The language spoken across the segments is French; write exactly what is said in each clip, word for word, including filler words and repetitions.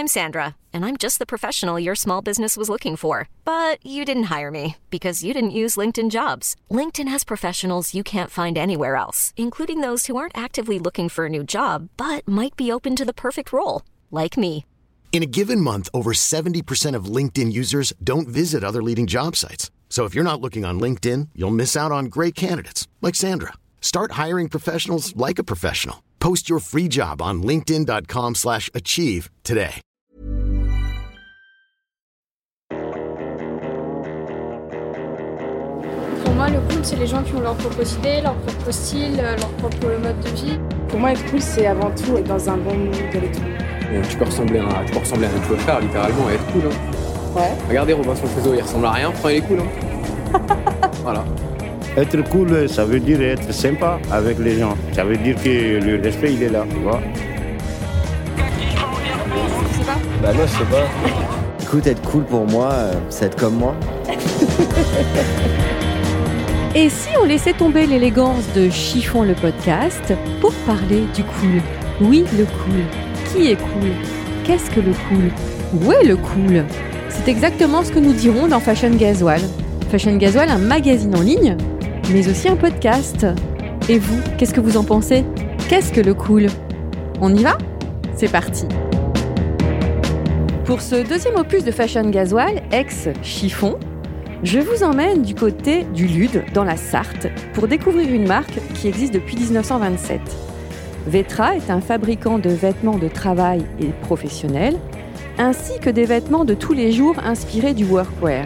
I'm Sandra, and I'm just the professional your small business was looking for. But you didn't hire me because you didn't use LinkedIn Jobs. LinkedIn has professionals you can't find anywhere else, including those who aren't actively looking for a new job, but might be open to the perfect role, like me. In a given month, over seventy percent of LinkedIn users don't visit other leading job sites. So if you're not looking on LinkedIn, you'll miss out on great candidates like Sandra. Start hiring professionals like a professional. Post your free job on linkedin.com slash achieve today. Pour moi, le cool, c'est les gens qui ont leurs propres idées, leur propre style, leur propre mode de vie. Pour moi, être cool, c'est avant tout être dans un bon mood et tout. Et tu peux ressembler à, tu peux ressembler à un clochard, littéralement, et être cool. Hein. Ouais. Regardez Robinson Crusoe, il ressemble à rien, pourtant il est cool. Hein. Voilà. Être cool, ça veut dire être sympa avec les gens. Ça veut dire que le respect, il est là, tu vois. Je sais pas. Bah moi, je sais pas. Écoute, être cool pour moi, c'est être comme moi. Et si on laissait tomber l'élégance de Chiffon le podcast pour parler du cool? Oui, le cool. Qui est cool? Qu'est-ce que le cool? Où est le cool? C'est exactement ce que nous dirons dans Fashion Gasoil. Fashion Gasoil, un magazine en ligne, mais aussi un podcast. Et vous, qu'est-ce que vous en pensez? Qu'est-ce que le cool? On y va? C'est parti. Pour ce deuxième opus de Fashion Gasoil, ex-Chiffon, je vous emmène du côté du Lude, dans la Sarthe, pour découvrir une marque qui existe depuis dix-neuf cent vingt-sept. Vetra est un fabricant de vêtements de travail et professionnels, ainsi que des vêtements de tous les jours inspirés du workwear.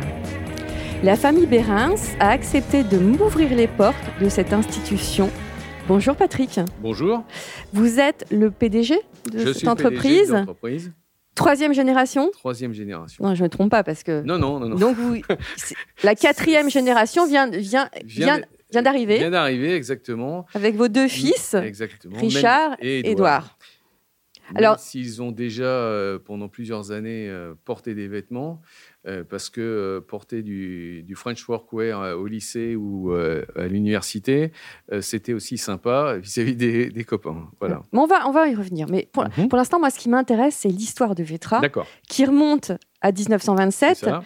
La famille Behrens a accepté de m'ouvrir les portes de cette institution. Bonjour Patrick. Bonjour. Vous êtes le P D G de je cette suis entreprise. P D G de l'entreprise. Troisième génération. Troisième génération. Non, je ne me trompe pas parce que. Non, non, non. non. Donc vous, la quatrième génération vient vient vient, vient d'arriver. Vient d'arriver, exactement. Avec vos deux fils, exactement. Richard Même, et Édouard. Alors, s'ils ont déjà euh, pendant plusieurs années euh, porté des vêtements, euh, parce que euh, porter du, du French workwear euh, au lycée ou euh, à l'université, euh, c'était aussi sympa vis-à-vis des, des copains. Voilà. Bon, on va on va y revenir, mais pour, mm-hmm. pour l'instant, moi, ce qui m'intéresse, c'est l'histoire de Vetra, D'accord. qui remonte à dix-neuf cent vingt-sept c'est ça.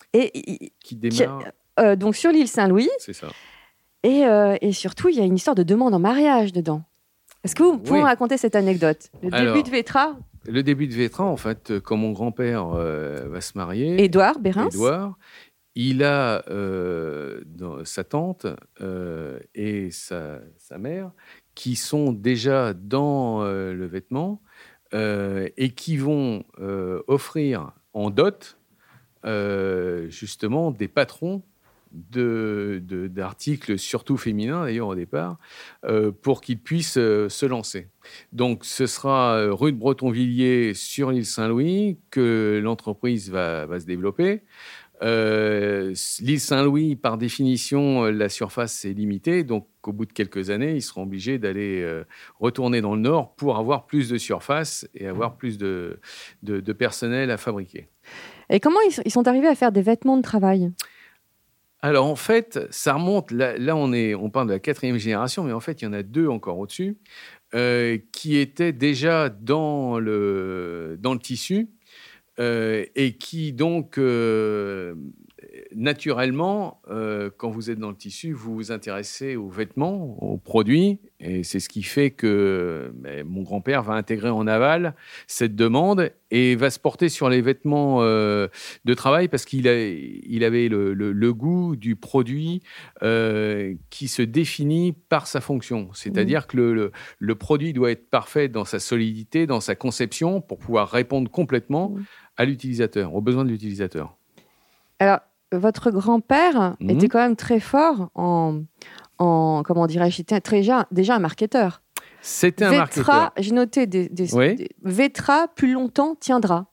et qui démarre qui, euh, donc sur l'île Saint-Louis. C'est ça. Et, euh, et surtout, il y a une histoire de demande en mariage dedans. Est-ce que vous pouvez oui. raconter cette anecdote? Le Alors, début de Vetra. Le début de Vetra, en fait, quand mon grand-père euh, va se marier, Édouard Behrens, Édouard, il a euh, dans, sa tante euh, et sa, sa mère qui sont déjà dans euh, le vêtement euh, et qui vont euh, offrir en dot euh, justement des patrons De, de, d'articles, surtout féminins d'ailleurs au départ, euh, pour qu'ils puissent euh, se lancer. Donc ce sera euh, rue de Bretonvilliers sur l'île Saint-Louis que l'entreprise va, va se développer. Euh, l'île Saint-Louis, par définition, la surface est limitée, donc au bout de quelques années, ils seront obligés d'aller euh, retourner dans le nord pour avoir plus de surface et avoir plus de, de, de personnel à fabriquer. Et comment ils, ils sont arrivés à faire des vêtements de travail ? Alors, en fait, ça remonte... Là, là on, est, on parle de la quatrième génération, mais en fait, il y en a deux encore au-dessus, euh, qui étaient déjà dans le, dans le tissu euh, et qui, donc, euh, naturellement, euh, quand vous êtes dans le tissu, vous vous intéressez aux vêtements, aux produits, et c'est ce qui fait que ben, mon grand-père va intégrer en aval cette demande et va se porter sur les vêtements euh, de travail parce qu'il a, il avait le, le, le goût du produit euh, qui se définit par sa fonction. C'est-à-dire mmh. que le, le, le produit doit être parfait dans sa solidité, dans sa conception, pour pouvoir répondre complètement mmh. à l'utilisateur, aux besoins de l'utilisateur. Alors, votre grand-père mmh. était quand même très fort en... en comment dirais-je, c'était déjà, déjà un marketeur. C'était un Vetra, marketeur. J'ai noté des, des, oui. des Vetra plus longtemps tiendra. Oui,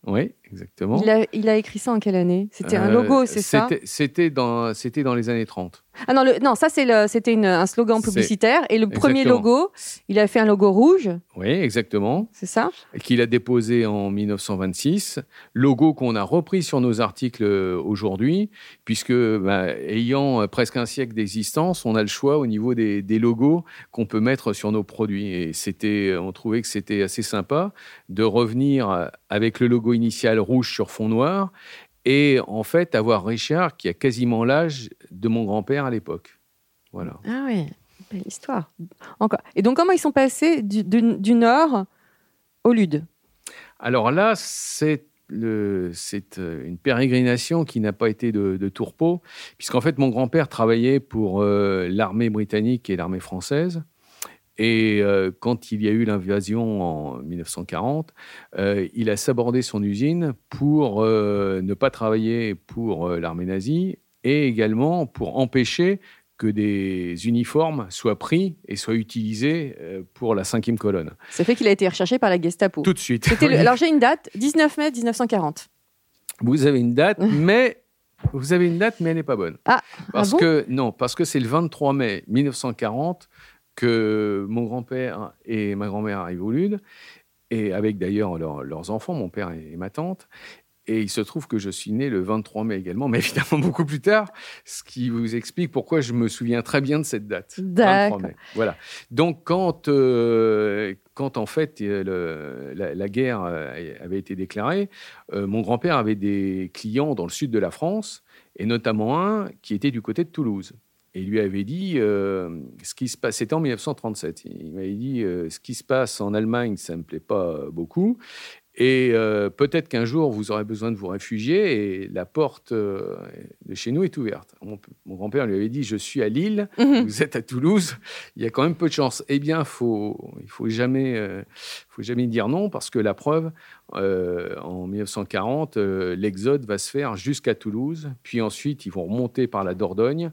exactement. Il a, il a écrit ça en quelle année ? C'était un logo, Euh, c'est ça ? c'était, c'était, dans, c'était dans les années trente. Ah non, le, non ça c'est le, c'était une, un slogan C'est- publicitaire. Et le premier Exactement. logo, il a fait un logo rouge, Oui, exactement. c'est ça ? Qu'il a déposé en dix-neuf cent vingt-six. Logo qu'on a repris sur nos articles euh, aujourd'hui, puisque bah, ayant euh, presque un siècle d'existence, on a le choix au niveau des, des logos qu'on peut mettre sur nos produits. Et c'était, on trouvait que c'était assez sympa de revenir avec le logo initial rouge sur fond noir et en fait avoir Richard qui a quasiment l'âge de mon grand-père à l'époque. Voilà. Ah oui, belle histoire. Encore. Et donc comment ils sont passés du, du, du nord au Lude ? Alors là, c'est, le, c'est une pérégrination qui n'a pas été de, de tourpeau, puisqu'en fait, mon grand-père travaillait pour euh, l'armée britannique et l'armée française. Et euh, quand il y a eu l'invasion en dix-neuf cent quarante, euh, il a sabordé son usine pour euh, ne pas travailler pour euh, l'armée nazie et également pour empêcher que des uniformes soient pris et soient utilisés euh, pour la cinquième colonne. Ça fait qu'il a été recherché par la Gestapo. Tout de suite. C'était le- alors j'ai une date, dix-neuf mai dix-neuf cent quarante. Vous avez une date, mais vous avez une date, mais elle n'est pas bonne. Ah, Parce ah bon que non, parce que c'est le vingt-trois mai mille neuf cent quarante que mon grand-père et ma grand-mère arrivent au Lude, et avec d'ailleurs leur- leurs enfants, mon père et ma tante. Et il se trouve que je suis né le vingt-trois mai également, mais évidemment beaucoup plus tard, ce qui vous explique pourquoi je me souviens très bien de cette date. D'accord. vingt-trois mai. Voilà. Donc quand, euh, quand en fait euh, le- la, la guerre euh, avait été déclarée, euh, mon grand-père avait des clients dans le sud de la France, et notamment un qui était du côté de Toulouse. Et il lui avait dit, euh, ce qui se passe, c'était en dix-neuf cent trente-sept, il m'avait dit, euh, ce qui se passe en Allemagne, ça ne me plaît pas beaucoup. Et euh, peut-être qu'un jour, vous aurez besoin de vous réfugier et la porte euh, de chez nous est ouverte. Mon, mon grand-père lui avait dit, je suis à Lille, Mhm. vous êtes à Toulouse, il y a quand même peu de chance. Eh bien, faut, il ne faut jamais, euh, faut jamais dire non, parce que la preuve, euh, en dix-neuf cent quarante, euh, l'exode va se faire jusqu'à Toulouse, puis ensuite, ils vont remonter par la Dordogne,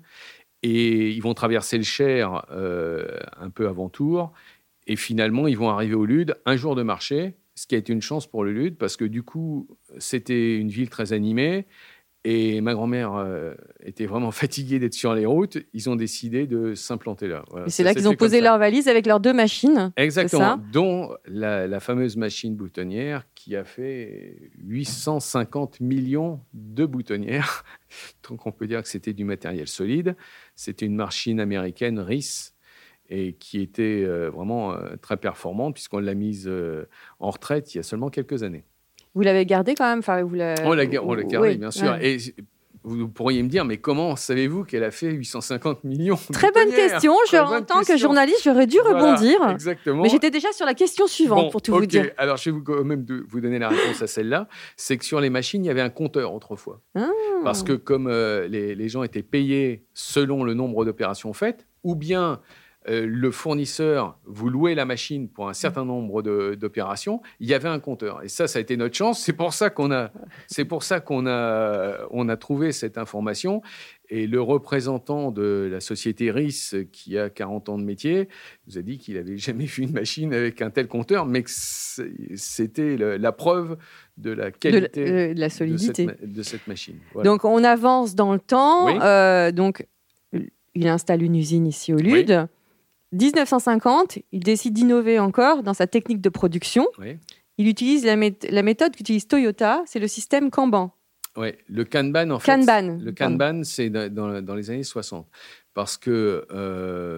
et ils vont traverser le Cher euh, un peu avant Tours, et finalement, ils vont arriver au Lude, un jour de marché, ce qui a été une chance pour le Lude, parce que du coup, c'était une ville très animée, et ma grand-mère euh, était vraiment fatiguée d'être sur les routes. Ils ont décidé de s'implanter là. Voilà, Et c'est ça là s'est qu'ils ont fait comme posé ça. leurs valises avec leurs deux machines. Exactement, ça dont la, la fameuse machine boutonnière qui a fait huit cent cinquante millions de boutonnières. Donc on peut dire que c'était du matériel solide. C'était une machine américaine R I S et qui était euh, vraiment euh, très performante puisqu'on l'a mise euh, en retraite il y a seulement quelques années. Vous l'avez gardé quand même, enfin, vous la... On l'a, on l'a gardé, oui, bien sûr. ouais. Et vous pourriez me dire, mais comment savez-vous qu'elle a fait huit cent cinquante millions de Très bonne boutonnières ? question. Je, Très en bonne tant que question. journaliste, j'aurais dû Voilà, rebondir. exactement. Mais j'étais déjà sur la question suivante, Bon, pour tout ok. vous dire. Alors, je vais vous, quand même de- vous donner la réponse à celle-là. C'est que sur les machines, il y avait un compteur autrefois. Ah. Parce que comme euh, les, les gens étaient payés selon le nombre d'opérations faites, ou bien euh, le fournisseur vous louait la machine pour un certain nombre de- d'opérations, il y avait un compteur. Et ça, ça a été notre chance. C'est pour ça qu'on a, c'est pour ça qu'on a, on a trouvé cette information. Et le représentant de la société R I S, qui a quarante ans de métier, nous a dit qu'il n'avait jamais vu une machine avec un tel compteur, mais que c'est- c'était le- la preuve de la De, qualité la- euh, de la de cette, solidité. ma- de cette machine. Voilà. Donc, on avance dans le temps. Oui. Euh, donc, il installe une usine ici au Lude. dix-neuf cent cinquante, il décide d'innover encore dans sa technique de production. Oui. Il utilise la, mé- la méthode qu'utilise Toyota, c'est le système Kanban. Ouais, le Kanban, en fait. Kanban. Le Kanban, c'est dans, dans- dans les années soixante. Parce que euh,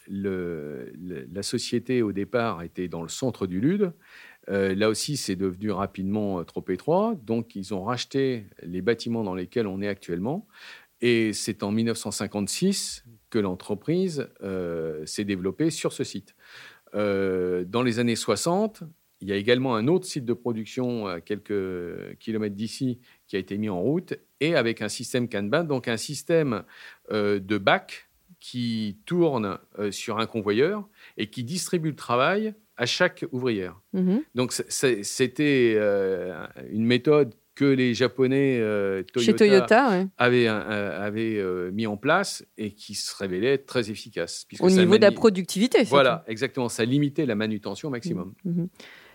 le- le- la société, au départ, était dans le centre du Lude. Euh, là aussi, c'est devenu rapidement euh, trop étroit. Donc, ils ont racheté les bâtiments dans lesquels on est actuellement. Et c'est en dix-neuf cent cinquante-six que l'entreprise euh, s'est développée sur ce site. Euh, dans les années soixante, il y a également un autre site de production à quelques kilomètres d'ici qui a été mis en route et avec un système Kanban, donc un système euh, de bac qui tourne euh, sur un convoyeur et qui distribue le travail à chaque ouvrière. Mhm. Donc c'est- c'est- c'était euh, une méthode que les Japonais euh, Toyota, Chez Toyota, ouais. avaient, un- un- avaient, euh, mis en place et qui se révélait très efficace. puisque Au ça niveau de la mani- productivité. surtout. Voilà, exactement. Ça limitait la manutention au maximum. Mhm.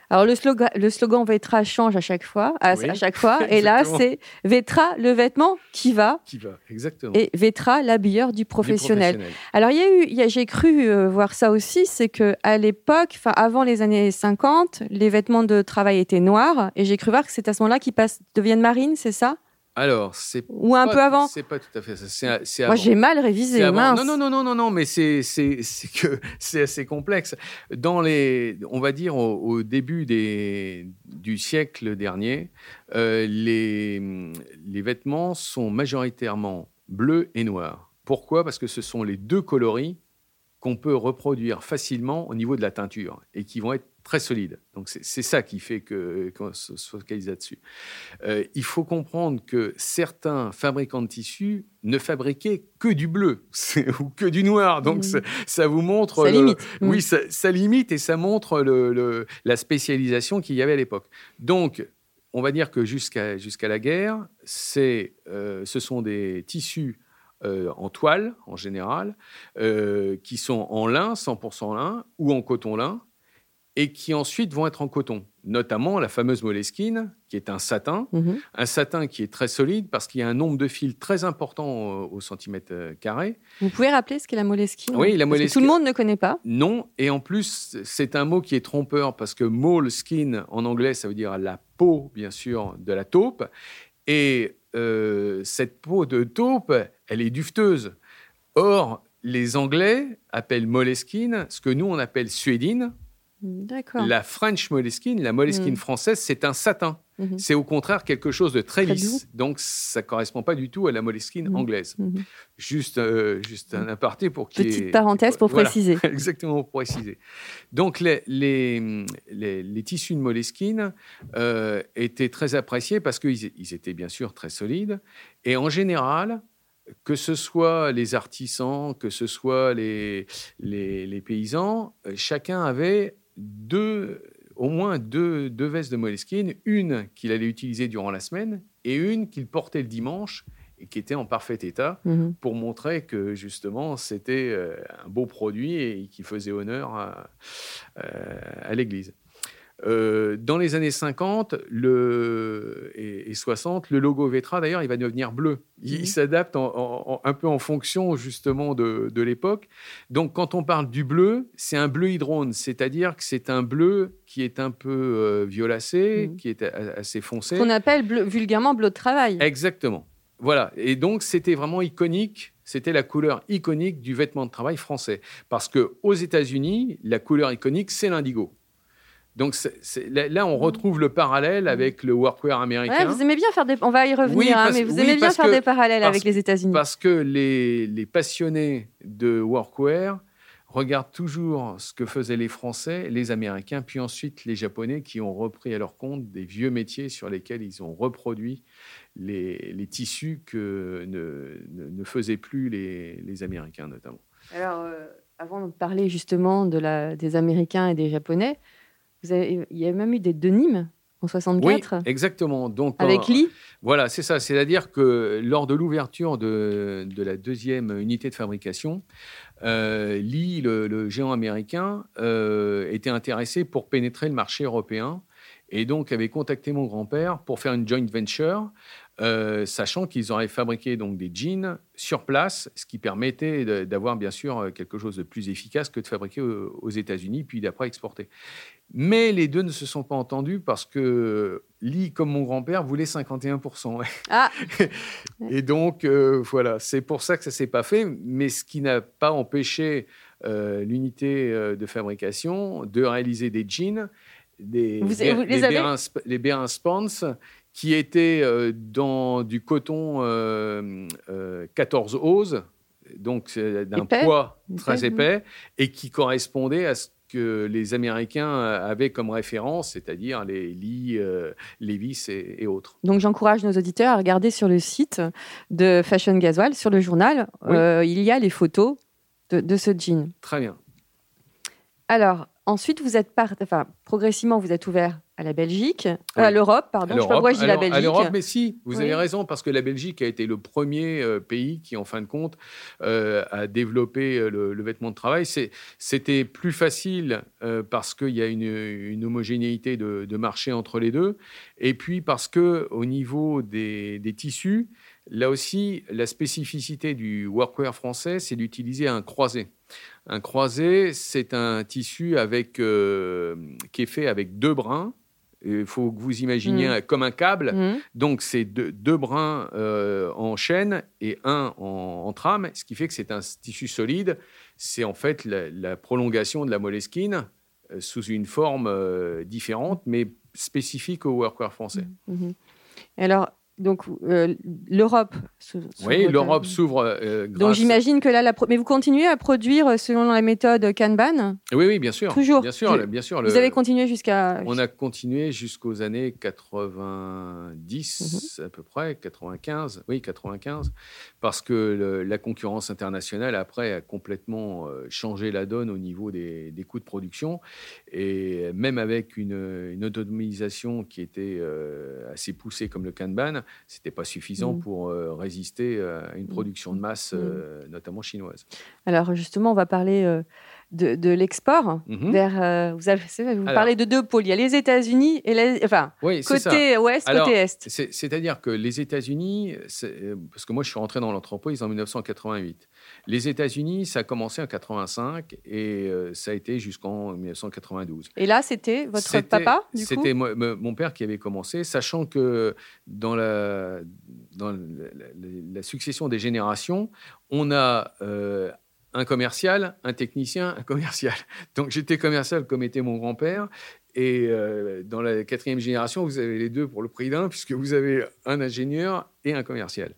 Alors, le slogan, le slogan Vetra change à chaque fois. À, Oui. à chaque fois. Et là, c'est Vetra, le vêtement qui va. Qui va, exactement. Et Vetra, l'habilleur du Les professionnel. professionnels. Alors, il y a eu, il y a- j'ai cru euh, voir ça aussi, c'est qu'à l'époque, enfin, avant les années cinquante, les vêtements de travail étaient noirs. Et j'ai cru voir que c'est à ce moment-là qu'ils passent, deviennent marines, c'est ça? Alors, c'est Ou un pas- peu avant? C'est pas tout à fait ça. C'est, c'est Moi, avant. j'ai mal révisé, C'est avant. mince. Non, non, non, non, non, non, mais c'est, c'est, c'est que c'est assez complexe. Dans les, on va dire au, au début des, du siècle dernier, euh, les, les vêtements sont majoritairement bleus et noirs. Pourquoi ? Parce que ce sont les deux coloris qu'on peut reproduire facilement au niveau de la teinture et qui vont être très solides. Donc c'est, c'est ça qui fait que, qu'on se focalise là-dessus. Euh, il faut comprendre que certains fabricants de tissus ne fabriquaient que du bleu ou que du noir. Donc Mmh. ça, ça vous montre... Ça le- limite. Mmh. Oui, ça, ça limite et ça montre le, le- la spécialisation qu'il y avait à l'époque. Donc, on va dire que jusqu'à, jusqu'à la guerre, c'est, euh, ce sont des tissus euh, en toile, en général, euh, qui sont en lin, cent pour cent lin, ou en coton-lin, et qui ensuite vont être en coton. Notamment la fameuse Moleskine, qui est un satin, Mhm. un satin qui est très solide parce qu'il y a un nombre de fils très important au, au centimètre euh, carré. Vous pouvez rappeler ce qu'est la Moleskine? Oui, la Parce que Moleskine- tout le monde ne connaît pas. Non, et en plus, c'est un mot qui est trompeur parce que moleskin, en anglais, ça veut dire la peau, bien sûr, de la taupe. Et euh, cette peau de taupe, elle est duveteuse. Or, les Anglais appellent Moleskine ce que nous, on appelle suédine. D'accord. La French Moleskine, la Moleskine Mm. française, c'est un satin. Mhm. C'est au contraire quelque chose de très, Très lisse. Donc, ça ne correspond pas du tout à la Moleskine Mhm. anglaise. Mhm. Juste, euh, juste un aparté pour qu'il y ait- Petite parenthèse pour Voilà. préciser. Exactement, pour préciser. Donc, les, les, les- les tissus de Moleskine euh, étaient très appréciés parce qu'ils ils étaient bien sûr très solides. Et en général, que ce soit les artisans, que ce soit les, les, les paysans, euh, chacun avait deux, au moins deux, deux vestes de Moleskine, une qu'il allait utiliser durant la semaine et une qu'il portait le dimanche et qui était en parfait état Mhm. pour montrer que justement c'était euh, un beau produit et qui faisait honneur à, euh, à l'Église. Euh, dans les années cinquante le, et, et soixante, le logo Vetra, d'ailleurs, il va devenir bleu. Il, Mhm. il s'adapte en- en- en- un peu en fonction justement de, de l'époque. Donc, quand on parle du bleu, c'est un bleu hydrone, c'est-à-dire que c'est un bleu qui est un peu euh, violacé, Mhm. qui est a- assez foncé. Ce qu'on appelle bleu- vulgairement bleu de travail. Exactement. Voilà. Et donc, c'était vraiment iconique. C'était la couleur iconique du vêtement de travail français. Parce qu'aux États-Unis, la couleur iconique, c'est l'indigo. Donc, c'est- c'est- là, là, on retrouve le parallèle avec le workwear américain. Ouais, vous aimez bien faire des... On va y revenir, Oui, hein, parce- mais vous oui, aimez bien parce faire que- des parallèles parce- avec les États-Unis. Parce que les, les passionnés de workwear regardent toujours ce que faisaient les Français, les Américains, puis ensuite les Japonais qui ont repris à leur compte des vieux métiers sur lesquels ils ont reproduit les, les tissus que ne, ne- ne faisaient plus les, les Américains notamment. Alors, euh, avant de parler justement de la, des Américains et des Japonais, vous avez, il y a même eu des denimes en soixante-quatre Oui, exactement. Donc, avec en- Lee. Voilà, c'est ça. C'est-à-dire que lors de l'ouverture de, de la deuxième unité de fabrication, euh, Lee, le, le géant américain, euh, était intéressé pour pénétrer le marché européen et donc avait contacté mon grand-père pour faire une joint venture, euh, sachant qu'ils auraient fabriqué donc des jeans sur place, ce qui permettait de- d'avoir bien sûr quelque chose de plus efficace que de fabriquer aux, aux États-Unis puis d'après exporter. Mais les deux ne se sont pas entendus parce que Lee, comme mon grand-père, voulait cinquante et un pour cent. Ah, Et donc, euh, voilà, c'est pour ça que ça ne s'est pas fait, mais ce qui n'a pas empêché euh, l'unité euh, de fabrication de réaliser des jeans, des, Vous- des- vous les les avez Bérin Sp- les Bérin Spans, qui étaient euh, dans du coton euh, euh, quatorze oses, donc c'est d'un Épais. poids Épais, très oui. épais, et qui correspondait à ce que les Américains avaient comme référence, c'est-à-dire les Lee, euh, Levis et, et autres. donc j'encourage nos auditeurs à regarder sur le site de Fashion Gasoil, sur le journal. Oui. Euh, il y a les photos de, de ce jean. Très bien. Alors, ensuite, vous êtes part... enfin, progressivement, vous êtes ouvert à la Belgique, Oui. euh, à l'Europe, pardon. À Je ne sais pas pourquoi je dis la Alors, Belgique. À l'Europe, mais si, vous Oui. avez raison, parce que la Belgique a été le premier euh, pays qui, en fin de compte, euh, a développé euh, le, le vêtement de travail. C'est, c'était plus facile euh, parce qu'il y a une, une homogénéité de, de marché entre les deux, et puis parce qu'au niveau des, des tissus, là aussi, la spécificité du workwear français, c'est d'utiliser un croisé. Un croisé, c'est un tissu avec, euh, qui est fait avec deux brins. Il faut que vous imaginiez Mmh. comme un câble. Mmh. Donc, c'est deux, deux brins euh, en chaîne et un en, en trame, ce qui fait que c'est un tissu solide. C'est en fait la, la prolongation de la Moleskine euh, sous une forme euh, différente, mais spécifique au workwear français. Mmh. Et alors, donc, euh, l'Europe... sous- sous Oui, votre- l'Europe s'ouvre euh, grâce... Donc, j'imagine que là, la pro- mais vous continuez à produire selon la méthode Kanban. Oui, oui, bien sûr. Toujours. Bien sûr, Je- bien sûr. Vous le- avez continué jusqu'à... On a continué jusqu'aux années quatre-vingt-dix, à peu près, quatre-vingt-quinze, oui, quatre-vingt-quinze, parce que le- la concurrence internationale, après, a complètement euh, changé la donne au niveau des, des coûts de production. Et même avec une, une autonomisation qui était euh, assez poussée comme le Kanban, ce n'était pas suffisant Mhm. pour euh, résister à une production de masse, Mhm. euh, notamment chinoise. Alors, justement, on va parler euh, de, de l'export Mhm. vers... euh, vous avez, c'est vrai, vous Alors. parlez de deux pôles. Il y a les États-Unis et les... Enfin, Oui, c'est ça. côté ouest, Alors, côté est. C'est- C'est-à-dire que les États-Unis, c'est- euh, parce que moi je suis rentré dans l'entreprise en mille neuf cent quatre-vingt-huit, les États-Unis, ça a commencé en quatre-vingt-cinq et euh, ça a été jusqu'en mille neuf cent quatre-vingt-douze. Et là, c'était votre C'était- papa, du coup C'était moi- me- mon père qui avait commencé, sachant que dans la, dans la, la- la succession des générations, on a euh, un commercial, un technicien, un commercial. Donc j'étais commercial comme était mon grand-père. Et euh, dans la quatrième génération, vous avez les deux pour le prix d'un, puisque vous avez un ingénieur et un commercial.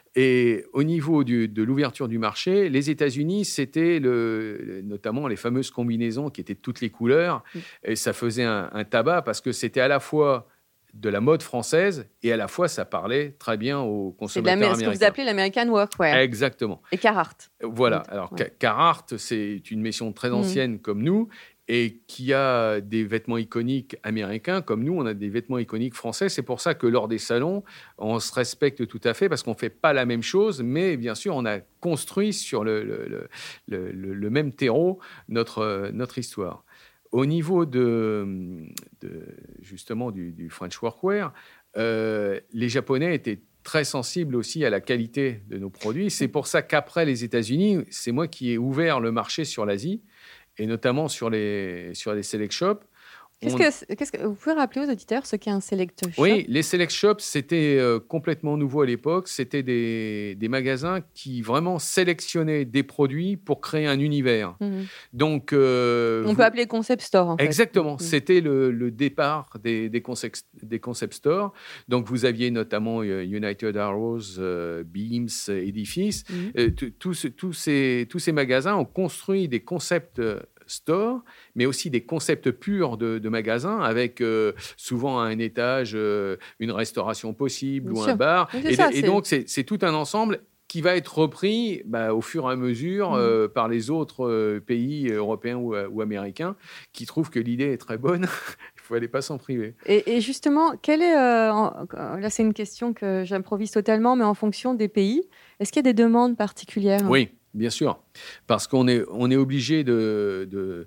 Et au niveau du, de l'ouverture du marché, les États-Unis, c'était le, notamment les fameuses combinaisons qui étaient de toutes les couleurs. Et ça faisait un, un tabac parce que c'était à la fois de la mode française et à la fois ça parlait très bien aux C'est de consommateurs l'Amé- ce américains. que vous appelez l'American Workwear. Exactement. Et Carhartt. Voilà. Ouais. Alors, Ouais. Ca- Carhartt, c'est une maison très Mhm. ancienne comme nous et qui a des vêtements iconiques américains comme nous, on a des vêtements iconiques français. C'est pour ça que lors des salons, on se respecte tout à fait parce qu'on ne fait pas la même chose, mais bien sûr, on a construit sur le, le, le, le, le- le même terreau notre, euh, notre histoire. Au niveau de, de justement du, du French Workwear, euh, les Japonais étaient très sensibles aussi à la qualité de nos produits. C'est pour ça qu'après les États-Unis, c'est moi qui ai ouvert le marché sur l'Asie et notamment sur les, sur les select shops. Qu'est-ce On- que, c'est- qu'est-ce que vous pouvez rappeler aux auditeurs ce qu'est un select shop? Oui, les select shops, c'était euh, complètement nouveau à l'époque. C'était des, des magasins qui vraiment sélectionnaient des produits pour créer un univers. Mhm. Donc, euh, On vous- peut appeler concept store. En fait. Exactement, Mhm. c'était le, le départ des, des, concept, des concept stores. Donc, vous aviez notamment euh, United Arrows, euh, Beams, Edifice. Mhm. Euh, tout- tout ce- tous ces, tous ces magasins ont construit des concepts euh, stores, mais aussi des concepts purs de, de magasins, avec euh, souvent à un étage euh, une restauration possible Bien ou sûr. un bar. Oui, c'est Et, ça, et c'est- donc, c'est c'est tout un ensemble qui va être repris bah, au fur et à mesure Mhm. euh, par les autres euh, pays européens ou, ou américains qui trouvent que l'idée est très bonne. Il ne fallait pas s'en priver. Et, et justement, quelle est, euh, en- là c'est une question que j'improvise totalement, mais en fonction des pays, est-ce qu'il y a des demandes particulières? Oui, bien sûr. Parce qu'on est, on est obligé de, de,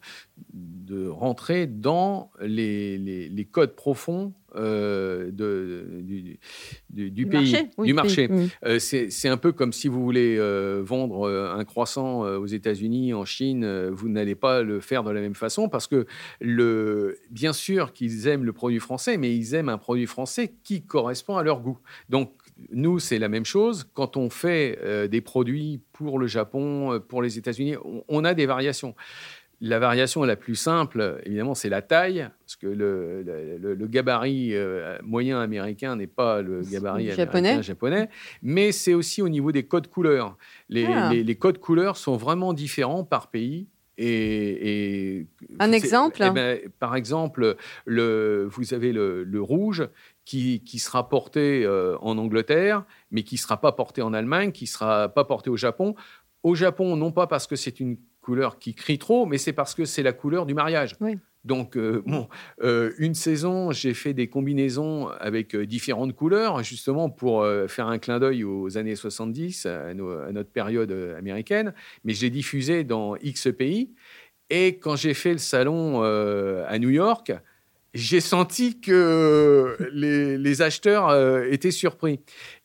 de rentrer dans les, les, les codes profonds euh, de, du, du, du pays, marché, oui, du du marché. pays. Mhm. Euh, c'est, c'est un peu comme si vous voulez euh, vendre euh, un croissant euh, aux États-Unis, en Chine, euh, vous n'allez pas le faire de la même façon parce que, le, bien sûr qu'ils aiment le produit français, mais ils aiment un produit français qui correspond à leur goût. Donc, nous, c'est la même chose. Quand on fait euh, des produits pour le Japon, euh, pour les États-Unis, on, on a des variations. La variation la plus simple, évidemment, c'est la taille, parce que le, le, le- le gabarit euh, moyen américain n'est pas le gabarit Japonais. américain japonais, mais c'est aussi au niveau des codes couleurs. Les, Ah. les, les codes couleurs sont vraiment différents par pays. Et, et Un c'est- exemple eh ben, par exemple, le, vous avez le, le rouge qui, qui sera porté euh, en Angleterre, mais qui ne sera pas porté en Allemagne, qui ne sera pas porté au Japon. Au Japon, non pas parce que c'est une couleur qui crie trop, mais c'est parce que c'est la couleur du mariage. Oui. Donc, euh, bon, euh, une saison, j'ai fait des combinaisons avec euh, différentes couleurs, justement pour euh, faire un clin d'œil aux années soixante-dix, à, nos, à notre période euh, américaine. Mais je l'ai diffusé dans X pays. Et quand j'ai fait le salon euh, à New York, j'ai senti que les, les acheteurs euh, étaient surpris.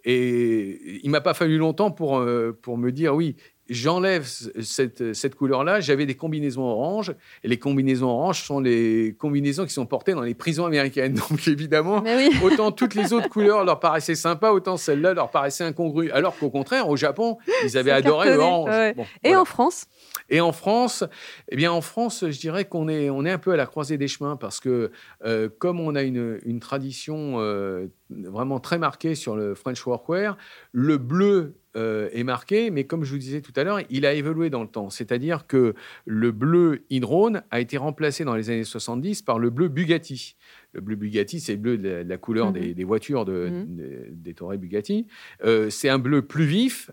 Et il ne m'a pas fallu longtemps pour, euh, pour me dire, oui, j'enlève cette, cette couleur-là. J'avais des combinaisons oranges. Et les combinaisons oranges sont les combinaisons qui sont portées dans les prisons américaines. Donc, évidemment, Mais oui. autant toutes les autres couleurs leur paraissaient sympas, autant celle-là leur paraissait incongrue. Alors qu'au contraire, au Japon, ils avaient C'est adoré cartonné, le orange. ouais. Bon, Et voilà. en France ? Et en France, eh bien, en France, je dirais qu'on est, on est un peu à la croisée des chemins parce que euh, comme on a une, une tradition euh, vraiment très marquée sur le French workwear, le bleu euh, est marqué, mais comme je vous disais tout à l'heure, il a évolué dans le temps. C'est-à-dire que le bleu Hydrone a été remplacé dans les années soixante-dix par le bleu Bugatti. Le bleu Bugatti, c'est le bleu de la, de la couleur Mm-hmm. des, des voitures de, Mm-hmm. de, des Touré Bugatti. Euh, c'est un bleu plus vif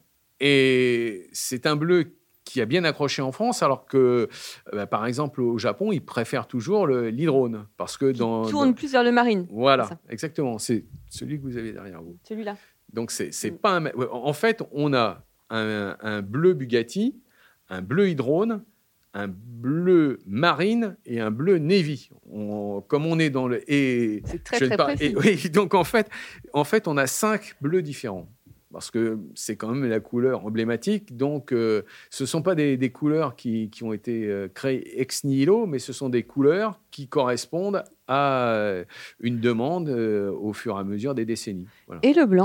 et c'est un bleu qui a bien accroché en France, alors que, bah, par exemple, au Japon, ils préfèrent toujours le, l'hydrone. Parce que dans, Tourne dans... plus vers le marine. Voilà, C'est ça. exactement. C'est celui que vous avez derrière vous. Celui-là. Donc, c'est, c'est Mm. pas un... En fait, on a un, un bleu Bugatti, un bleu hydrone, un bleu marine et un bleu navy. On, comme on est dans le... Et C'est très, je ne très par- précis. et- oui, donc, en fait, en fait, on a cinq bleus différents. Parce que c'est quand même la couleur emblématique. Donc, euh, ce ne sont pas des, des couleurs qui, qui ont été euh, créées ex nihilo, mais ce sont des couleurs qui correspondent à euh, une demande euh, au fur et à mesure des décennies. Voilà. Et le blanc ?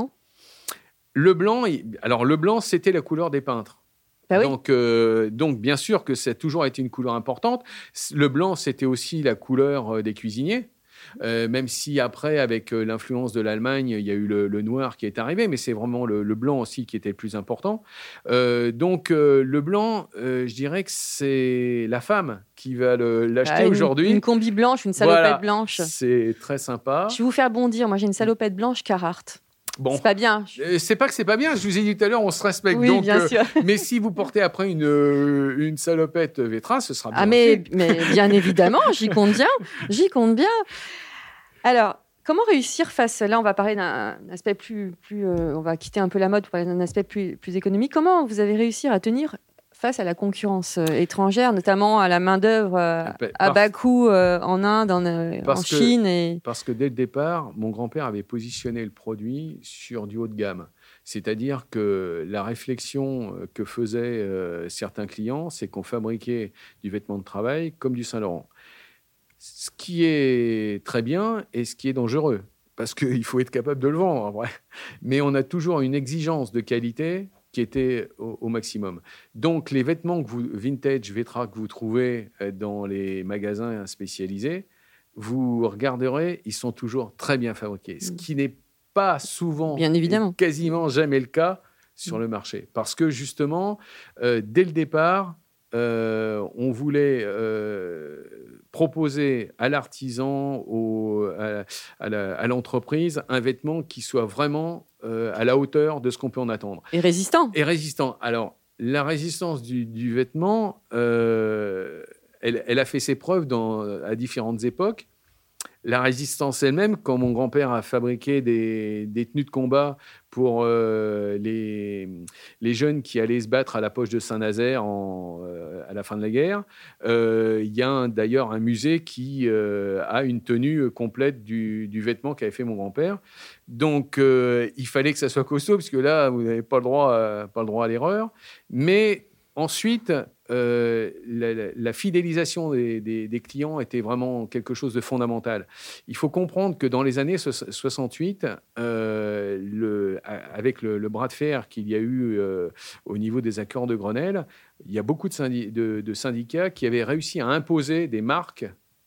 Le blanc, il- alors le blanc, c'était la couleur des peintres. Bah oui. Donc, euh, donc, bien sûr que ça a toujours été une couleur importante. Le blanc, c'était aussi la couleur euh, des cuisiniers. Euh, même si après, avec euh, l'influence de l'Allemagne, il y a eu le, le noir qui est arrivé, mais c'est vraiment le, le blanc aussi qui était le plus important. Euh, donc, euh, le blanc, euh, je dirais que c'est la femme qui va le, l'acheter Ah, une- aujourd'hui. Une combi blanche, une salopette Voilà. blanche. C'est très sympa. Je vais vous faire bondir. Moi, j'ai une salopette blanche Carhartt. Bon. C'est pas bien. Je- Euh, C'est pas que c'est pas bien, je vous ai dit tout à l'heure, on se respecte. Oui, donc, bien euh, sûr. mais si vous portez après une, euh, une salopette Vétra, ce sera bien. Ah, mais, fait. mais bien évidemment, j'y compte bien. J'y compte bien. Alors, comment réussir face... Là, on va parler d'un aspect plus... plus euh, on va quitter un peu la mode pour parler d'un aspect plus, plus économique. Comment vous avez réussi à tenir face à la concurrence euh, étrangère, notamment à la main-d'œuvre euh, Ah, bah, à par- bas coût euh, en Inde, en, euh, en Parce que- Chine et... Parce que dès le départ, mon grand-père avait positionné le produit sur du haut de gamme. C'est-à-dire que la réflexion euh, que faisaient euh, certains clients, c'est qu'on fabriquait du vêtement de travail comme du Saint-Laurent. Ce qui est très bien et ce qui est dangereux, parce qu'il faut être capable de le vendre, en vrai. Mais on a toujours une exigence de qualité qui était au, au maximum. Donc, les vêtements que vous, vintage, Vétra, que vous trouvez euh, dans les magasins spécialisés, vous regarderez, ils sont toujours très bien fabriqués. Ce qui n'est pas souvent, Bien évidemment. et quasiment jamais le cas sur le marché. Parce que justement, euh, dès le départ, euh, on voulait euh, proposer à l'artisan, au, à, à la- à l'entreprise, un vêtement qui soit vraiment euh, à la hauteur de ce qu'on peut en attendre. et résistant. Et résistant. Alors, la résistance du, du vêtement, euh, elle, elle a fait ses preuves dans, à différentes époques. La résistance elle-même, quand mon grand-père a fabriqué des, des tenues de combat pour euh, les, les jeunes qui allaient se battre à la poche de Saint-Nazaire en, euh, à la fin de la guerre, euh, il y a un- d'ailleurs un musée qui euh, a une tenue complète du, du vêtement qu'avait fait mon grand-père. Donc, euh, il fallait que ça soit costaud, parce que là, vous n'avez pas le droit à, pas le droit à l'erreur. Mais ensuite, euh, la, la- la fidélisation des, des- des clients était vraiment quelque chose de fondamental. Il faut comprendre que dans les années so- soixante-huit, euh, le- a- avec le, le bras de fer qu'il y a eu euh, au niveau des accords de Grenelle, il y a beaucoup de, syndi- de- de syndicats qui avaient réussi à imposer des marques,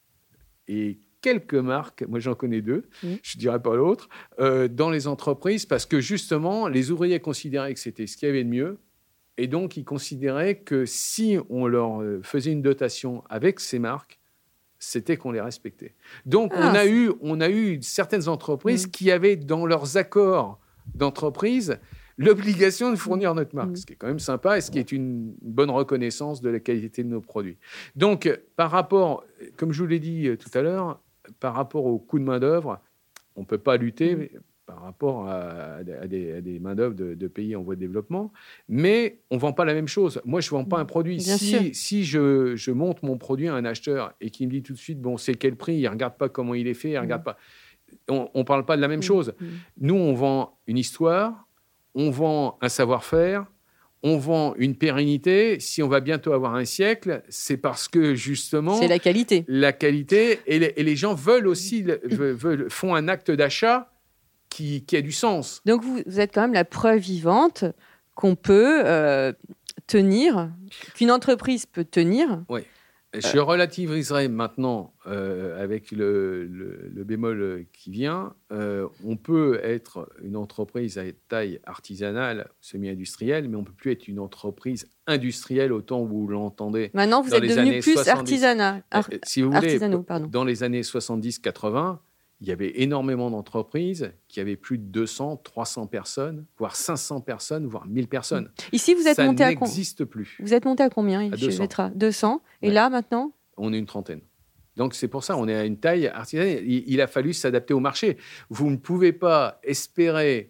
et quelques marques, moi j'en connais deux, Oui. je ne dirais pas l'autre, euh, dans les entreprises, parce que justement, les ouvriers considéraient que c'était ce qu'il y avait de mieux. Et donc, ils considéraient que si on leur euh, faisait une dotation avec ces marques, c'était qu'on les respectait. Donc, Ah, on, a c'est- eu, on a eu certaines entreprises Mm. qui avaient dans leurs accords d'entreprise l'obligation de fournir notre marque, Mmh. ce qui est quand même sympa et ce qui est une bonne reconnaissance de la qualité de nos produits. Donc, par rapport, comme je vous l'ai dit tout à l'heure, par rapport au coût de main-d'œuvre, on ne peut pas lutter mmh. par rapport à, à des, à des main-d'œuvre de, de pays en voie de développement, mais on ne vend pas la même chose. Moi, je ne vends pas un produit. Bien si sûr. si je, je montre mon produit à un acheteur et qu'il me dit tout de suite, bon, c'est quel prix, il ne regarde pas comment il est fait, il ne regarde pas. On ne parle pas de la même mmh. chose. Mmh. Nous, on vend une histoire, on vend un savoir-faire, on vend une pérennité. Si on va bientôt avoir un siècle, c'est parce que justement... C'est la qualité. La qualité. Et les, et les gens veulent aussi, veulent, veulent, font un acte d'achat qui, qui a du sens. Donc, vous, vous êtes quand même la preuve vivante qu'on peut euh, tenir, qu'une entreprise peut tenir. Oui. Je relativiserai maintenant euh, avec le, le, le bémol qui vient. Euh, on peut être une entreprise à taille artisanale, semi-industrielle, mais on ne peut plus être une entreprise industrielle autant que vous l'entendez. Maintenant, vous êtes devenu plus artisanal. Ar- euh, si vous voulez, artisanaux, pardon. Dans les années soixante-dix quatre-vingts, il y avait énormément d'entreprises qui avaient plus de deux cents, trois cents personnes, voire cinq cents personnes, voire mille personnes. Ici, vous êtes Ça monté à combien ? Ça n'existe plus. Vous êtes monté à combien à chez deux cents. Vetra ? deux cents. Et ouais. là, maintenant ? On est une trentaine. Donc, c'est pour ça on est à une taille artisanale. Il, il a fallu s'adapter au marché. Vous ne pouvez pas espérer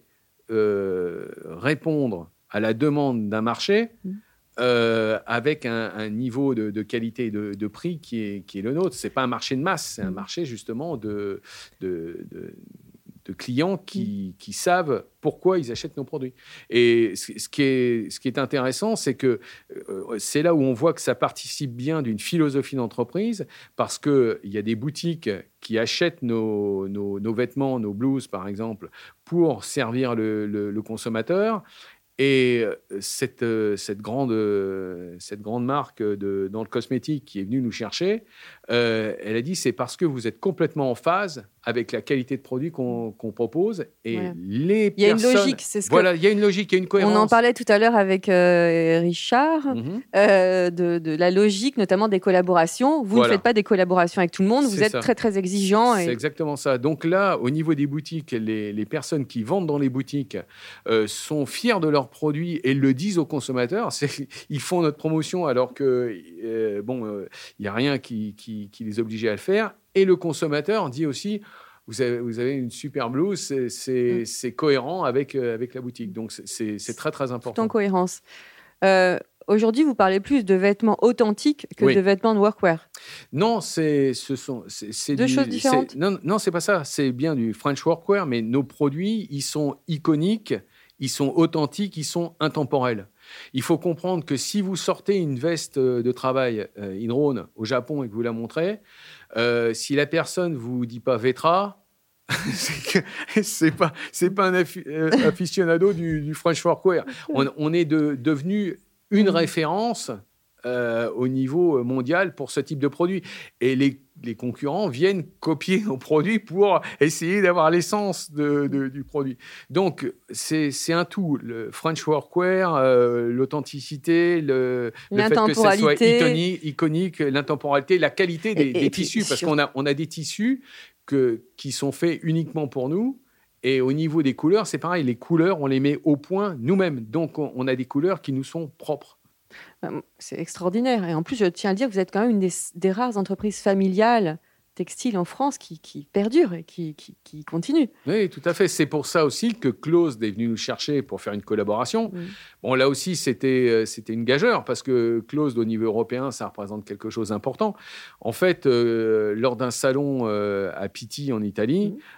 euh, répondre à la demande d'un marché mmh. Euh, avec un, un niveau de, de qualité et de, de prix qui est, qui est le nôtre. Ce n'est pas un marché de masse, c'est un marché justement de, de, de, de clients qui, qui savent pourquoi ils achètent nos produits. Et ce, ce, qui, est, ce qui est intéressant, c'est que euh, c'est là où on voit que ça participe bien d'une philosophie d'entreprise, parce qu'il y a des boutiques qui achètent nos, nos, nos vêtements, nos blouses par exemple, pour servir le, le, le consommateur. Et cette, cette, grande, cette grande marque de, dans le cosmétique qui est venue nous chercher, euh, elle a dit c'est parce que vous êtes complètement en phase avec la qualité de produit qu'on, qu'on propose. Et ouais. les il y a personnes, une logique, c'est ce voilà, que... il y a une logique, il y a une cohérence. On en parlait tout à l'heure avec euh, Richard, mm-hmm. euh, de, de la logique, notamment des collaborations. Vous voilà. ne faites pas des collaborations avec tout le monde, vous c'est êtes ça. très, très exigeant. C'est et... exactement ça. Donc là, au niveau des boutiques, les, les personnes qui vendent dans les boutiques euh, sont fiers de leurs produits et le disent aux consommateurs. C'est, ils font notre promotion alors que euh, bon, il euh, n'y a rien qui, qui, qui les obligeait à le faire. Et le consommateur dit aussi, vous avez, vous avez une super blouse, c'est, c'est, mmh. c'est cohérent avec, euh, avec la boutique. Donc c'est, c'est, c'est très très important. Tout en cohérence. Euh, aujourd'hui, vous parlez plus de vêtements authentiques que oui. de vêtements de workwear. Non, c'est, ce sont c'est, c'est deux du, choses différentes. C'est, non, non, c'est pas ça. C'est bien du French workwear, mais nos produits, ils sont iconiques. Ils sont authentiques, ils sont intemporels. Il faut comprendre que si vous sortez une veste de travail euh, Inrone au Japon et que vous la montrez, euh, si la personne ne vous dit pas Vetra, c'est, que, c'est pas c'est pas un affi, euh, aficionado du, du French workwear. On, on est de, devenu une référence euh, au niveau mondial pour ce type de produit. Et les les concurrents viennent copier nos produits pour essayer d'avoir l'essence de, de, du produit. Donc, c'est, c'est un tout. Le French workwear, euh, l'authenticité, le, le fait que ça soit iconique, iconique, l'intemporalité, la qualité des, et, des et tissus. Parce sur... qu'on a, on a des tissus que, qui sont faits uniquement pour nous. Et au niveau des couleurs, c'est pareil. Les couleurs, on les met au point nous-mêmes. Donc, on, on a des couleurs qui nous sont propres. C'est extraordinaire. Et en plus, je tiens à dire que vous êtes quand même une des, des rares entreprises familiales textiles en France qui, qui perdure et qui, qui, qui continue. Oui, tout à fait. C'est pour ça aussi que Closed est venu nous chercher pour faire une collaboration. Mmh. Bon, là aussi, c'était, c'était une gageure parce que Closed, au niveau européen, ça représente quelque chose d'important. En fait, euh, lors d'un salon euh, à Pitti, en Italie, mmh.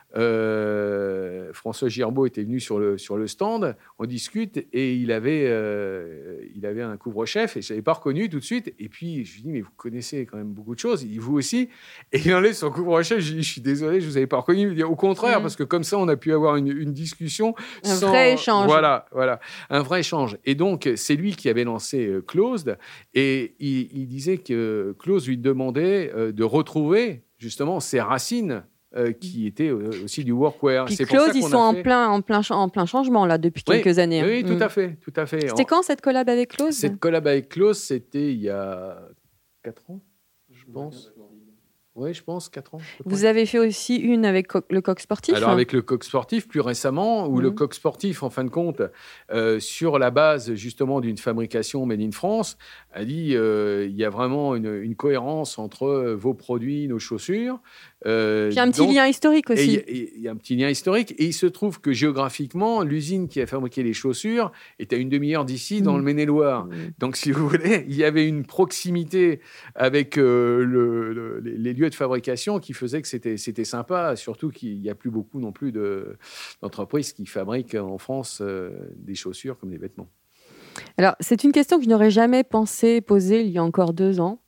Euh, François Girbaud était venu sur le, sur le stand, on discute et il avait, euh, il avait un couvre-chef et je ne l'avais pas reconnu tout de suite. Et puis je lui dis, mais vous connaissez quand même beaucoup de choses, il dit, vous aussi. Et il enlève son couvre-chef, je lui dis, je suis désolé, je ne vous avais pas reconnu. Il me dit, au contraire, mmh. parce que comme ça, on a pu avoir une, une discussion. Un sans... vrai échange. Voilà, voilà, un vrai échange. Et donc, c'est lui qui avait lancé euh, Closed et il, il disait que Closed lui demandait euh, de retrouver justement ses racines. Euh, qui était aussi du workwear. Puis c'est Closed, pour ça ils sont en plein, en, plein, en plein changement là, depuis oui, quelques années. Oui, hein. tout à fait. Tout à fait. C'était en... quand cette collab avec Closed ? Cette collab avec Closed, c'était il y a quatre ans, je pense. Oui, je pense, quatre ans. Vous avez fait aussi une avec co- le coq sportif. Alors, avec le coq sportif, plus récemment, où mmh. le coq sportif, en fin de compte, euh, sur la base justement d'une fabrication made in France, a dit euh, il y a vraiment une, une cohérence entre vos produits, nos chaussures. Euh, Puis un petit donc, lien historique aussi. Il y, y a un petit lien historique. Et il se trouve que géographiquement, l'usine qui a fabriqué les chaussures est à une demi-heure d'ici, mmh. dans le Maine-et-Loire. Mmh. Donc, si vous voulez, il y avait une proximité avec euh, le, le, les lieux de fabrication qui faisait que c'était, c'était sympa, surtout qu'il n'y a plus beaucoup non plus de, d'entreprises qui fabriquent en France euh, des chaussures comme des vêtements. Alors, c'est une question que je n'aurais jamais pensé poser il y a encore deux ans.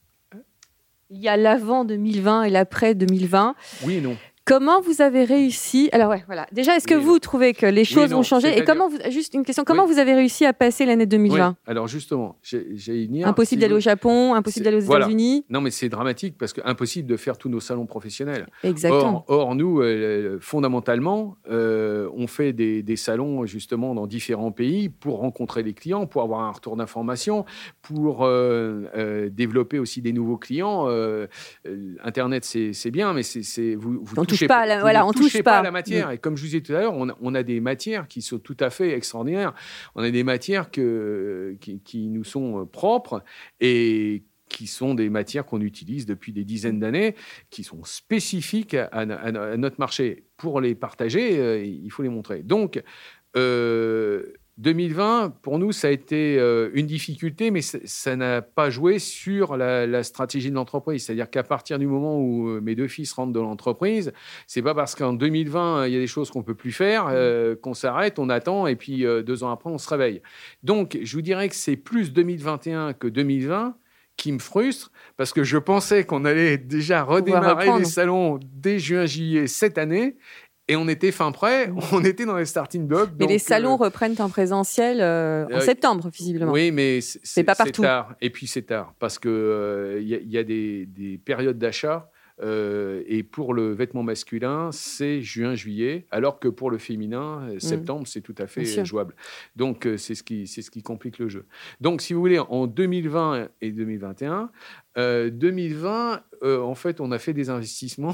Il y a l'avant deux mille vingt et l'après deux mille vingt. Oui et non. Comment vous avez réussi ? Alors ouais, voilà. Déjà, est-ce que oui, vous non. trouvez que les choses oui, ont changé ? Et comment vous... Juste une question. Comment oui. vous avez réussi à passer l'année deux mille vingt ? Oui. Alors justement, j'ai, j'ai une... Impossible si d'aller vous... au Japon, impossible c'est... d'aller aux voilà. États-Unis. Non, mais c'est dramatique parce que impossible de faire tous nos salons professionnels. Exactement. Or, or nous, euh, fondamentalement, euh, on fait des, des salons justement dans différents pays pour rencontrer les clients, pour avoir un retour d'information, pour euh, euh, développer aussi des nouveaux clients. Euh, Internet, c'est, c'est bien, mais c'est, c'est vous, vous touche pas, la, voilà, on touche pas à la matière. Mmh. Et comme je vous disais tout à l'heure, on a, on a des matières qui sont tout à fait extraordinaires. On a des matières que, qui, qui nous sont propres et qui sont des matières qu'on utilise depuis des dizaines d'années, qui sont spécifiques à, à, à notre marché. Pour les partager, euh, il faut les montrer. Donc, euh, deux mille vingt, pour nous, ça a été euh, une difficulté, mais ça, ça n'a pas joué sur la, la stratégie de l'entreprise. C'est-à-dire qu'à partir du moment où euh, mes deux fils rentrent dans l'entreprise, c'est pas parce qu'en deux mille vingt, il y a des choses qu'on peut plus faire, euh, qu'on s'arrête, on attend, et puis euh, deux ans après, on se réveille. Donc, je vous dirais que c'est plus deux mille vingt et un que deux mille vingt qui me frustre, parce que je pensais qu'on allait déjà redémarrer les salons dès juin-juillet cette année, et on était fin prêt, on était dans les starting blocks. Mais donc, les salons euh, reprennent en présentiel euh, en euh, septembre, visiblement. Oui, mais c'est, c'est pas partout. C'est tard. Et puis c'est tard, parce qu'il euh, y, y a des, des périodes d'achat, euh, et pour le vêtement masculin, c'est juin-juillet, alors que pour le féminin, mmh. septembre, c'est tout à fait jouable. Donc euh, c'est, ce qui, c'est ce qui complique le jeu. Donc si vous voulez, en deux mille vingt et deux mille vingt et un, euh, deux mille vingt, euh, en fait, on a fait des investissements...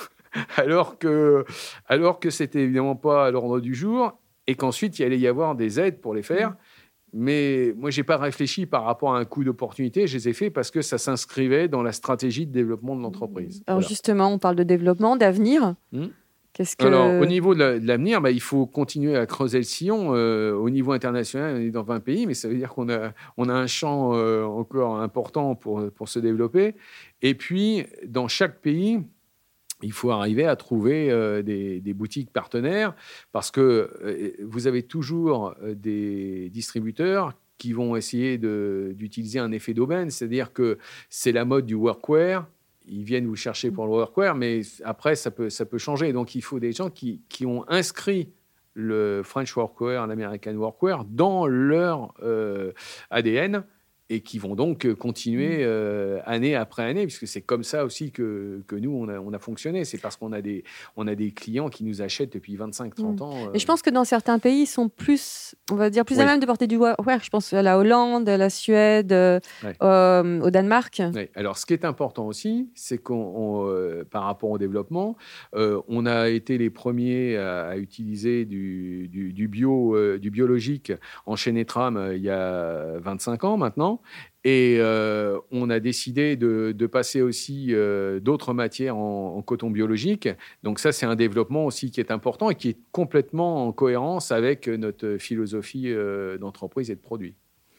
alors que, alors que c'était évidemment pas à l'ordre du jour et qu'ensuite il allait y avoir des aides pour les faire. Mmh. Mais moi, j'ai pas réfléchi par rapport à un coût d'opportunité. Je les ai faits parce que ça s'inscrivait dans la stratégie de développement de l'entreprise. Alors voilà. Justement, on parle de développement, d'avenir. Mmh. Qu'est-ce que... Alors, au niveau de, la, de l'avenir, bah, il faut continuer à creuser le sillon. Euh, au niveau international, on est dans vingt pays, mais ça veut dire qu'on a, on a un champ euh, encore important pour, pour se développer. Et puis, dans chaque pays, il faut arriver à trouver euh, des, des boutiques partenaires parce que euh, vous avez toujours euh, des distributeurs qui vont essayer de, d'utiliser un effet d'aubaine, c'est-à-dire que c'est la mode du workwear. Ils viennent vous chercher pour le workwear, mais après, ça peut, ça peut changer. Donc, il faut des gens qui, qui ont inscrit le French workwear, l'American workwear dans leur euh, A D N et qui vont donc continuer euh, année après année, puisque c'est comme ça aussi que, que nous, on a, on a fonctionné. C'est parce qu'on a des, on a des clients qui nous achètent depuis vingt-cinq à trente mmh. ans. Euh... Et je pense que dans certains pays, ils sont plus, on va dire, plus oui. à même de porter du workwear. Je pense à la Hollande, à la Suède, ouais. euh, au Danemark. Ouais. Alors, ce qui est important aussi, c'est qu'on, on, euh, par rapport au développement, euh, on a été les premiers à, à utiliser du, du, du, bio, euh, du biologique en chaîne et trame euh, il y a vingt-cinq ans maintenant. Et euh, on a décidé de, de passer aussi euh, d'autres matières en, en coton biologique. Donc ça, c'est un développement aussi qui est important et qui est complètement en cohérence avec notre philosophie euh, d'entreprise et de produit.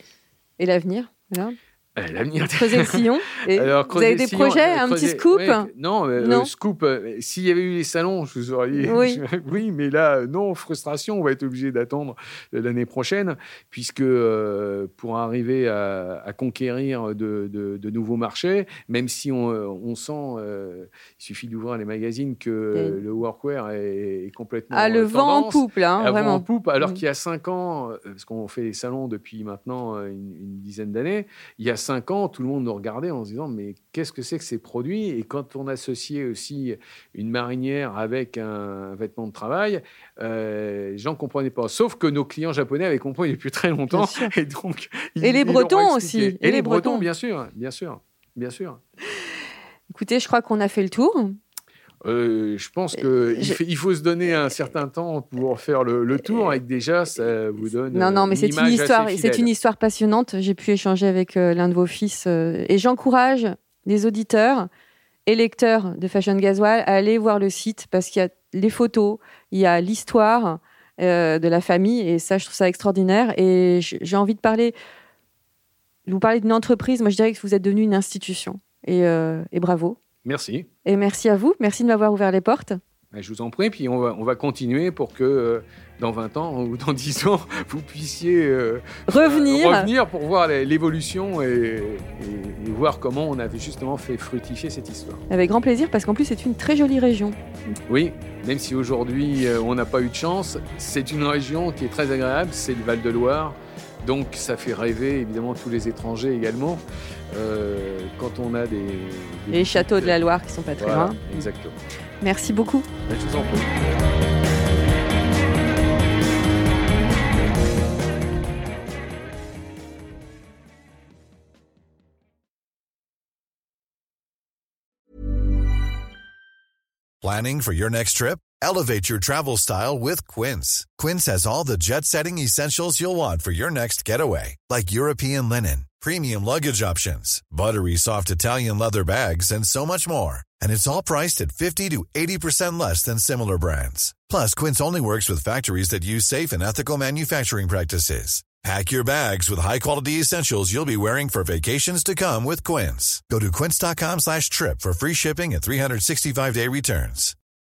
Et l'avenir, là Euh, l'avenir. Creuser le sillon. Et Alors, vous avez des sillon, projets, euh, un creuser, petit scoop ouais, Non, euh, non. Euh, scoop. Euh, s'il y avait eu les salons, je vous aurais dit oui. oui, mais là, non, frustration. On va être obligé d'attendre l'année prochaine, puisque euh, pour arriver à, à conquérir de, de, de nouveaux marchés, même si on, on sent, euh, il suffit d'ouvrir les magazines que oui. le workwear est, est complètement ah, le tendance, vent en poupe là, hein, vraiment. Vent en poupe, alors oui. qu'il y a cinq ans, parce qu'on fait les salons depuis maintenant une, une dizaine d'années, il y a cinq ans, tout le monde nous regardait en se disant mais qu'est-ce que c'est que ces produits ? Et quand on associait aussi une marinière avec un vêtement de travail, euh, les gens ne comprenaient pas. Sauf que nos clients japonais avaient compris depuis très longtemps. Et, donc, et ils, les Bretons aussi. Et, et les, les Bretons, Bretons, bien sûr, bien sûr, bien sûr. Écoutez, je crois qu'on a fait le tour. Euh, je pense qu'il Je- il faut se donner un certain temps pour faire le, le tour et que déjà, ça vous donne Non, non, mais c'est une image histoire, assez c'est fidèle. une histoire passionnante. J'ai pu échanger avec euh, l'un de vos fils euh, et j'encourage les auditeurs et lecteurs de Fashion Gasoil à aller voir le site parce qu'il y a les photos, il y a l'histoire euh, de la famille et ça, je trouve ça extraordinaire. Et j- j'ai envie de parler, vous parlez d'une entreprise. Moi, je dirais que vous êtes devenu une institution et, euh, et bravo. Merci. Et merci à vous. Merci de m'avoir ouvert les portes. Ben, Je vous en prie, puis on va, on va continuer pour que euh, dans vingt ans ou dans dix ans, vous puissiez euh, Revenir. euh, revenir pour voir la- l'évolution et, et- et voir comment on avait justement fait fructifier cette histoire. Avec grand plaisir parce qu'en plus, c'est une très jolie région. Oui, même si aujourd'hui euh, on n'a pas eu de chance, c'est une région qui est très agréable, c'est le Val-de-Loire. Donc ça fait rêver évidemment tous les étrangers également euh, quand on a des... des Et les châteaux de la Loire qui sont pas très Voilà, loin. exactement. Merci beaucoup. Ben, je vous en prie. Planning for your next trip? Elevate your travel style with Quince. Quince has all the jet-setting essentials you'll want for your next getaway, like European linen, premium luggage options, buttery soft Italian leather bags, and so much more. And it's all priced at fifty to eighty percent less than similar brands. Plus, Quince only works with factories that use safe and ethical manufacturing practices. Pack your bags with high-quality essentials you'll be wearing for vacations to come with Quince. Go to quince.com slash trip for free shipping and three sixty-five day returns.